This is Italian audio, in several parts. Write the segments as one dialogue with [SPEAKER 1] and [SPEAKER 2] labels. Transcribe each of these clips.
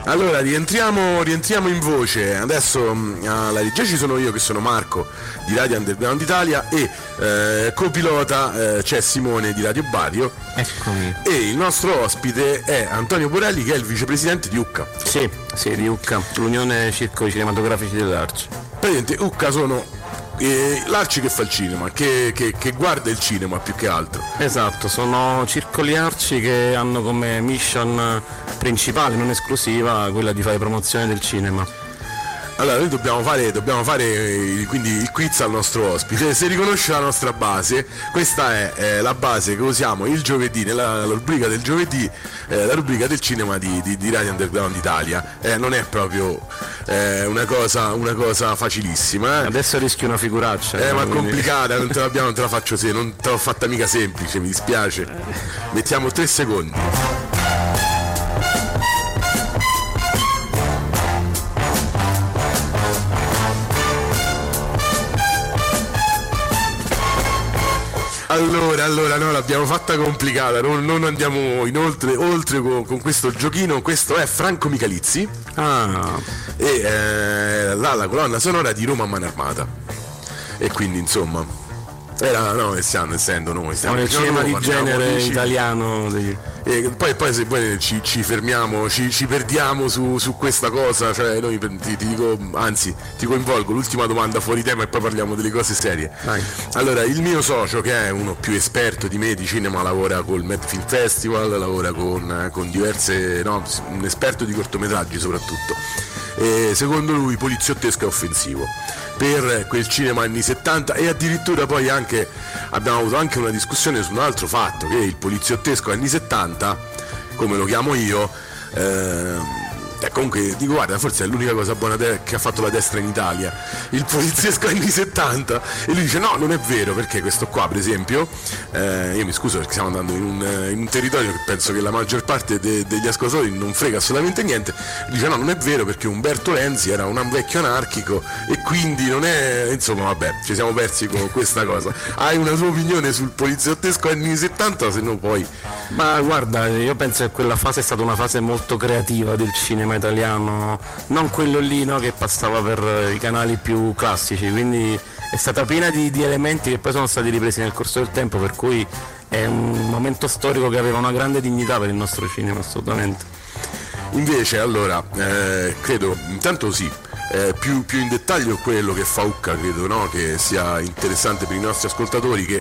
[SPEAKER 1] Allora rientriamo in voce. Adesso alla regia ci sono io, che sono Marco di Radio Underground Italia, e copilota c'è Simone di Radio Bario.
[SPEAKER 2] Eccomi.
[SPEAKER 1] E il nostro ospite è Antonio Borelli, che è il vicepresidente di UCCA.
[SPEAKER 2] Sì, di UCCA, l'Unione Circoli Cinematografici dell'Arci.
[SPEAKER 1] Praticamente UCCA sono l'Arci che fa il cinema, che guarda il cinema più che altro.
[SPEAKER 2] Esatto, sono circoli arci che hanno come mission principale, non esclusiva, quella di fare promozione del cinema.
[SPEAKER 1] Allora noi dobbiamo fare quindi il quiz al nostro ospite. Se riconosce la nostra base, questa è la base che usiamo il giovedì, nella rubrica del giovedì, la rubrica del cinema di Radio Underground Italia. Non è proprio una cosa facilissima.
[SPEAKER 2] Adesso rischi una figuraccia.
[SPEAKER 1] Ma è complicata, non te la faccio, non te l'ho fatta mica semplice, mi dispiace. Mettiamo 3 secondi. Allora no, l'abbiamo fatta complicata, non andiamo oltre con questo giochino. Questo è Franco Michalizzi e la colonna sonora di Roma a mano armata. E quindi insomma essendo noi stiamo
[SPEAKER 2] nel cinema di genere italiano
[SPEAKER 1] e poi se voi ci fermiamo, ci perdiamo su questa cosa, cioè noi ti dico, anzi ti coinvolgo, l'ultima domanda fuori tema e poi parliamo delle cose serie.
[SPEAKER 2] Vai.
[SPEAKER 1] Allora, il mio socio, che è uno più esperto di me di cinema, lavora col Met Film Festival, lavora con diverse, un esperto di cortometraggi soprattutto, e secondo lui Poliziottesco è offensivo per quel cinema anni 70, e addirittura poi abbiamo avuto anche una discussione su un altro fatto, che il poliziottesco anni 70, come lo chiamo io, comunque dico, guarda, forse è l'unica cosa buona che ha fatto la destra in Italia, il poliziesco anni 70, e lui dice no, non è vero, perché questo qua per esempio, io mi scuso perché stiamo andando in un territorio che penso che la maggior parte degli ascoltatori non frega assolutamente niente, dice no, non è vero, perché Umberto Lenzi era un vecchio anarchico e quindi non è, insomma vabbè, ci siamo persi con questa cosa. Hai una tua opinione sul poliziottesco anni 70? Se no poi...
[SPEAKER 2] Ma guarda, io penso che quella fase è stata una fase molto creativa del cinema italiano, non quello lì, no, che passava per i canali più classici, quindi è stata piena di elementi che poi sono stati ripresi nel corso del tempo, per cui è un momento storico che aveva una grande dignità per il nostro cinema, assolutamente.
[SPEAKER 1] Invece allora credo intanto più in dettaglio quello che fa UCCA, credo, no, che sia interessante per i nostri ascoltatori, che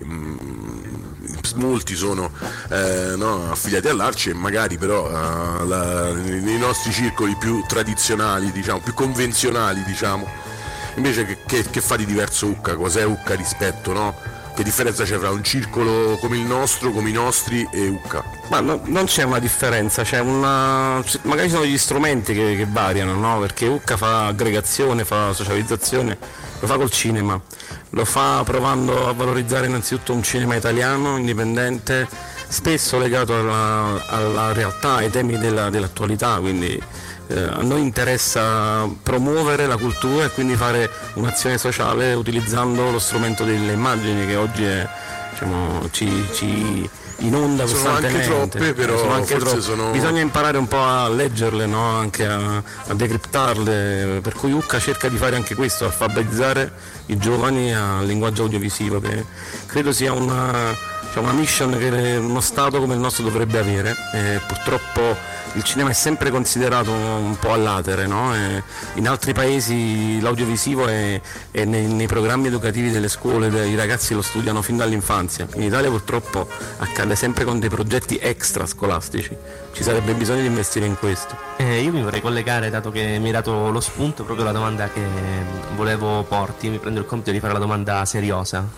[SPEAKER 1] molti sono affiliati all'Arci, e magari però nei nostri circoli più tradizionali, diciamo, più convenzionali, diciamo, invece che fa di diverso UCCA, cos'è UCCA rispetto, no? Che differenza c'è fra un circolo come il nostro, come i nostri, e UCCA?
[SPEAKER 2] Ma non c'è una differenza, magari sono gli strumenti che variano, no? Perché UCCA fa aggregazione, fa socializzazione, lo fa col cinema, lo fa provando a valorizzare innanzitutto un cinema italiano, indipendente, spesso legato alla realtà, ai temi dell'attualità, quindi a noi interessa promuovere la cultura e quindi fare un'azione sociale utilizzando lo strumento delle immagini, che oggi è, diciamo, ci inonda costantemente.
[SPEAKER 1] Sono anche troppe, però forse
[SPEAKER 2] bisogna imparare un po' a leggerle, no? Anche a decriptarle, per cui UCCA cerca di fare anche questo, alfabetizzare i giovani al linguaggio audiovisivo, che credo sia una mission che uno Stato come il nostro dovrebbe avere. Purtroppo il cinema è sempre considerato un po' all'atere, no? In altri paesi l'audiovisivo è nei programmi educativi delle scuole, i ragazzi lo studiano fin dall'infanzia. In Italia purtroppo accade sempre con dei progetti extrascolastici, ci sarebbe bisogno di investire in questo.
[SPEAKER 3] Io mi vorrei collegare, dato che mi hai dato lo spunto, proprio la domanda che volevo porti. Mi prendo il compito di fare la domanda seriosa.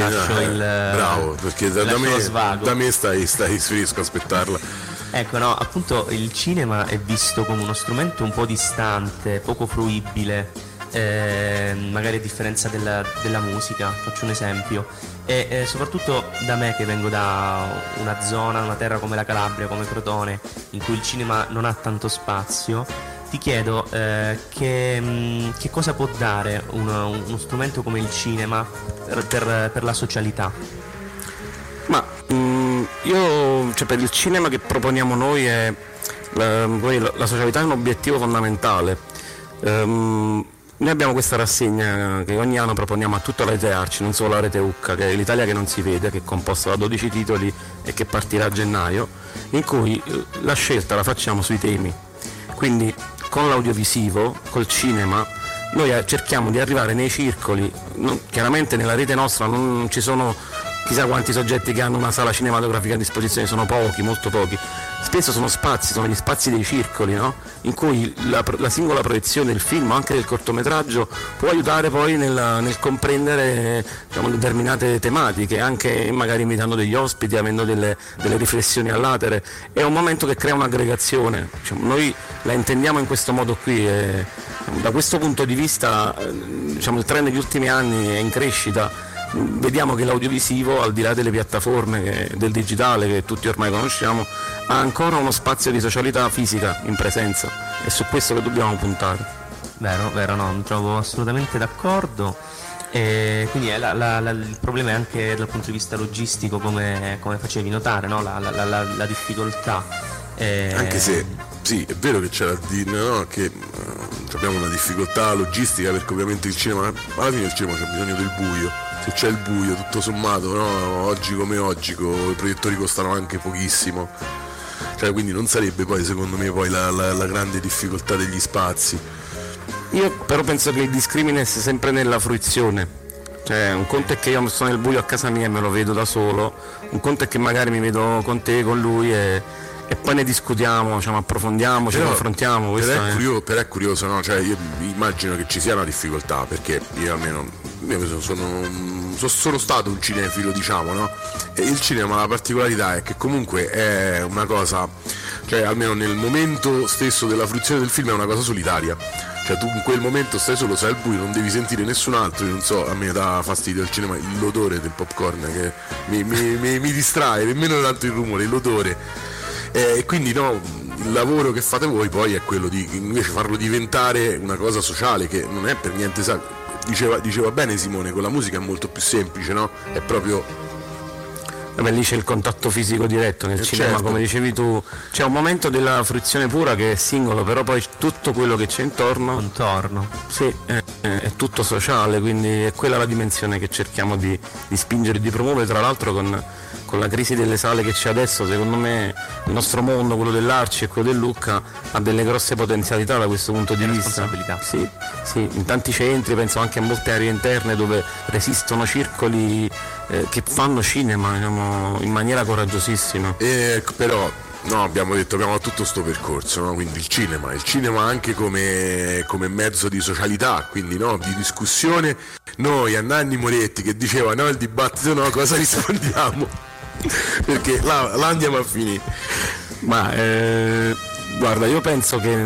[SPEAKER 1] Bravo, perché da me stai riesco a aspettarla.
[SPEAKER 3] Ecco, no, appunto il cinema è visto come uno strumento un po' distante, poco fruibile, magari a differenza della musica, faccio un esempio, e soprattutto da me, che vengo da una terra come la Calabria, come Crotone, in cui il cinema non ha tanto spazio. Ti chiedo che cosa può dare uno strumento come il cinema per la socialità?
[SPEAKER 2] Ma per il cinema che proponiamo noi è poi la socialità è un obiettivo fondamentale. Noi abbiamo questa rassegna che ogni anno proponiamo a tutta la rete Arci, non solo la rete UCCA, che è l'Italia che non si vede, che è composta da 12 titoli e che partirà a gennaio, in cui la scelta la facciamo sui temi. Quindi con l'audiovisivo, col cinema, noi cerchiamo di arrivare nei circoli, chiaramente nella rete nostra non ci sono chissà quanti soggetti che hanno una sala cinematografica a disposizione, sono pochi, molto pochi. Spesso sono gli spazi dei circoli, no? In cui la singola proiezione del film, anche del cortometraggio, può aiutare poi nel comprendere, diciamo, determinate tematiche, anche magari invitando degli ospiti, avendo delle riflessioni all'atere. È un momento che crea un'aggregazione, diciamo, noi la intendiamo in questo modo qui. Da questo punto di vista, diciamo, il trend negli ultimi anni è in crescita. Vediamo che l'audiovisivo, al di là delle piattaforme del digitale che tutti ormai conosciamo, ha ancora uno spazio di socialità fisica in presenza, è su questo che dobbiamo puntare.
[SPEAKER 3] Vero, no, mi trovo assolutamente d'accordo. E quindi il problema è anche dal punto di vista logistico, come facevi notare, no? La difficoltà.
[SPEAKER 1] Anche se sì, è vero che c'è da dire, no? Che abbiamo una difficoltà logistica, perché ovviamente il cinema, alla fine il cinema c'ha bisogno del buio. Se c'è il buio, tutto sommato, no? Oggi come oggi, i proiettori costano anche pochissimo, cioè, quindi non sarebbe poi, secondo me, poi la grande difficoltà degli spazi.
[SPEAKER 2] Io però penso che il discrimine sia sempre nella fruizione. Cioè, un conto è che io sono nel buio a casa mia e me lo vedo da solo, un conto è che magari mi vedo con te, con lui e poi ne discutiamo, diciamo, approfondiamo, ci confrontiamo.
[SPEAKER 1] Però è curioso, no? Cioè, io immagino che ci sia una difficoltà, perché io almeno sono stato un cinefilo, diciamo, no? E il cinema, la particolarità è che comunque è una cosa, cioè almeno nel momento stesso della fruizione del film è una cosa solitaria. Cioè tu in quel momento stai solo, sei al buio, non devi sentire nessun altro. Io non so, a me dà fastidio il cinema, l'odore del popcorn che mi distrae, nemmeno tanto il rumore, l'odore. E quindi no, il lavoro che fate voi poi è quello di invece farlo diventare una cosa sociale, che non è per niente, diceva bene Simone, con la musica è molto più semplice, no? È proprio...
[SPEAKER 2] Vabbè, lì c'è il contatto fisico diretto, nel cinema, certo. Come dicevi tu, c'è un momento della fruizione pura che è singolo, però poi tutto quello che c'è intorno sì, è tutto sociale, quindi è quella la dimensione che cerchiamo di spingere e di promuovere. Tra l'altro con la crisi delle sale che c'è adesso, secondo me il nostro mondo, quello dell'Arci e quello del Lucca, ha delle grosse potenzialità da questo punto di vista. Sì, in tanti centri, penso anche a molte aree interne dove resistono circoli che fanno cinema, diciamo, in maniera coraggiosissima.
[SPEAKER 1] Però no, abbiamo tutto questo percorso, no? Quindi il cinema anche come mezzo di socialità, quindi no, di discussione. Noi a Nanni Moretti che diceva no, il dibattito no, cosa rispondiamo? Perché là andiamo a finire.
[SPEAKER 2] Ma guarda, io penso che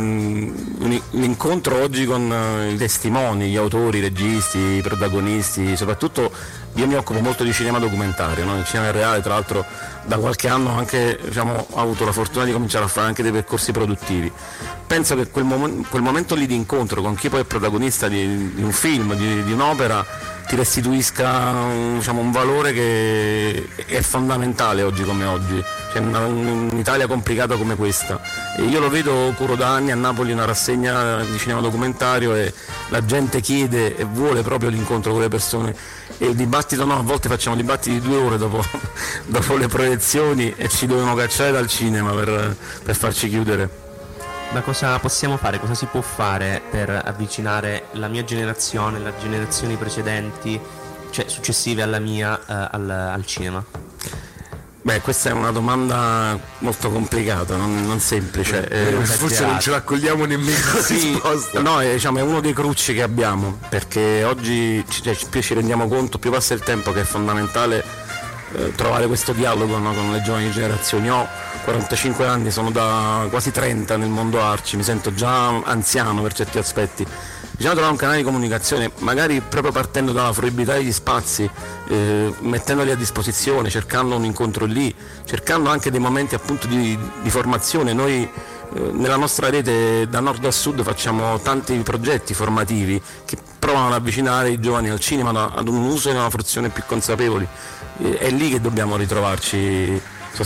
[SPEAKER 2] l'incontro oggi con i testimoni, gli autori, i registi, i protagonisti, soprattutto io mi occupo molto di cinema documentario, no? Il cinema reale, tra l'altro da qualche anno anche, diciamo, ho avuto la fortuna di cominciare a fare anche dei percorsi produttivi. Penso che quel momento lì di incontro con chi poi è protagonista di un film, di un'opera, ti restituisca un valore che è fondamentale oggi come oggi, cioè un'Italia complicata come questa. E io lo vedo, curo da anni a Napoli una rassegna di cinema documentario e la gente chiede e vuole proprio l'incontro con le persone, e il dibattito no, a volte facciamo dibattiti di 2 ore dopo le proiezioni e ci devono cacciare dal cinema per farci chiudere.
[SPEAKER 3] Ma cosa possiamo fare, cosa si può fare per avvicinare la mia generazione, le generazioni precedenti, cioè successive alla mia, al cinema?
[SPEAKER 2] Beh, questa è una domanda molto complicata, non semplice.
[SPEAKER 1] Forse non ce la cogliamo nemmeno la risposta.
[SPEAKER 2] No, è uno dei crucci che abbiamo, perché oggi più ci rendiamo conto, più passa il tempo, che è fondamentale trovare questo dialogo, no, con le giovani generazioni. Ho 45 anni, sono da quasi 30 nel mondo Arci, mi sento già anziano per certi aspetti. Bisogna trovare un canale di comunicazione, magari proprio partendo dalla fruibilità degli spazi, mettendoli a disposizione, cercando un incontro lì, cercando anche dei momenti appunto di formazione. Noi nella nostra rete da nord a sud facciamo tanti progetti formativi che provano ad avvicinare i giovani al cinema, ad un uso e una fruizione più consapevoli. È lì che dobbiamo ritrovarci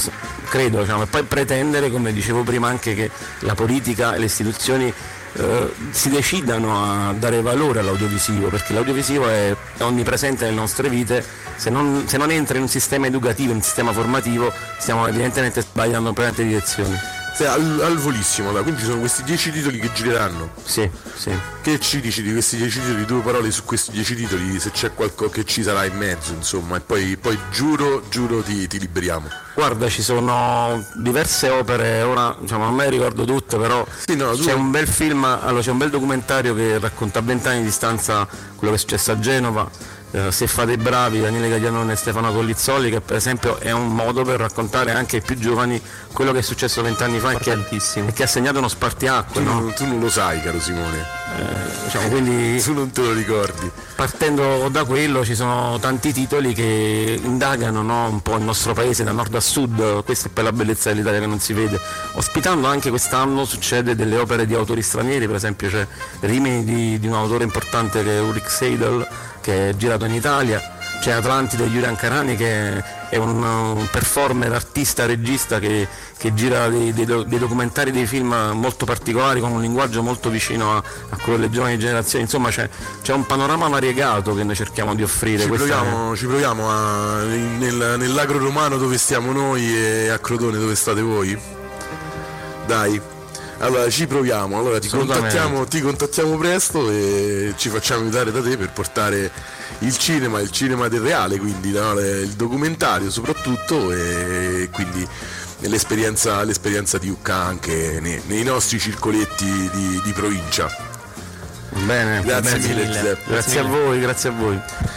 [SPEAKER 2] credo, diciamo, e poi pretendere, come dicevo prima, anche che la politica e le istituzioni si decidano a dare valore all'audiovisivo, perché l'audiovisivo è onnipresente nelle nostre vite. Se non entra in un sistema educativo, in un sistema formativo, stiamo evidentemente sbagliando in tante direzioni.
[SPEAKER 1] Al volissimo, quindi ci sono questi 10 titoli che gireranno.
[SPEAKER 2] Sì.
[SPEAKER 1] Che ci dici di questi 10 titoli, 2 parole su questi 10 titoli, se c'è qualcosa che ci sarà in mezzo, insomma, e poi giuro ti liberiamo.
[SPEAKER 2] Guarda, ci sono diverse opere, ora diciamo, non me le ricordo tutte, però c'è un bel film, allora c'è un bel documentario che racconta a 20 anni di distanza quello che è successo a Genova. Se fate i bravi, Daniele Gaglianone e Stefano Collizzoli, che per esempio è un modo per raccontare anche ai più giovani quello che è successo 20 anni fa e che ha segnato uno spartiacque.
[SPEAKER 1] Tu non lo sai, caro Simone,
[SPEAKER 2] diciamo, quindi
[SPEAKER 1] tu non te lo ricordi.
[SPEAKER 2] Partendo da quello ci sono tanti titoli che indagano, no, un po' il nostro paese da nord a sud. Questa è poi la bellezza dell'Italia che non si vede, ospitando anche quest'anno succede delle opere di autori stranieri. Per esempio c'è Rimini di un autore importante che è Ulrich Seidel, che è girato in Italia, c'è Atlantide di Julian Carani, che è un performer, artista, regista che gira dei documentari, dei film molto particolari con un linguaggio molto vicino a quello delle giovani generazioni. Insomma c'è un panorama variegato che noi cerchiamo di offrire.
[SPEAKER 1] Ci proviamo nell'agro romano dove stiamo noi e a Crotone dove state voi? Dai, allora ci proviamo, allora ti contattiamo presto e ci facciamo aiutare da te per portare il cinema del reale, quindi il documentario soprattutto, e quindi l'esperienza di Ucca anche nei nostri circoletti di provincia.
[SPEAKER 2] Bene,
[SPEAKER 1] grazie mille Giuseppe.
[SPEAKER 2] Grazie a voi.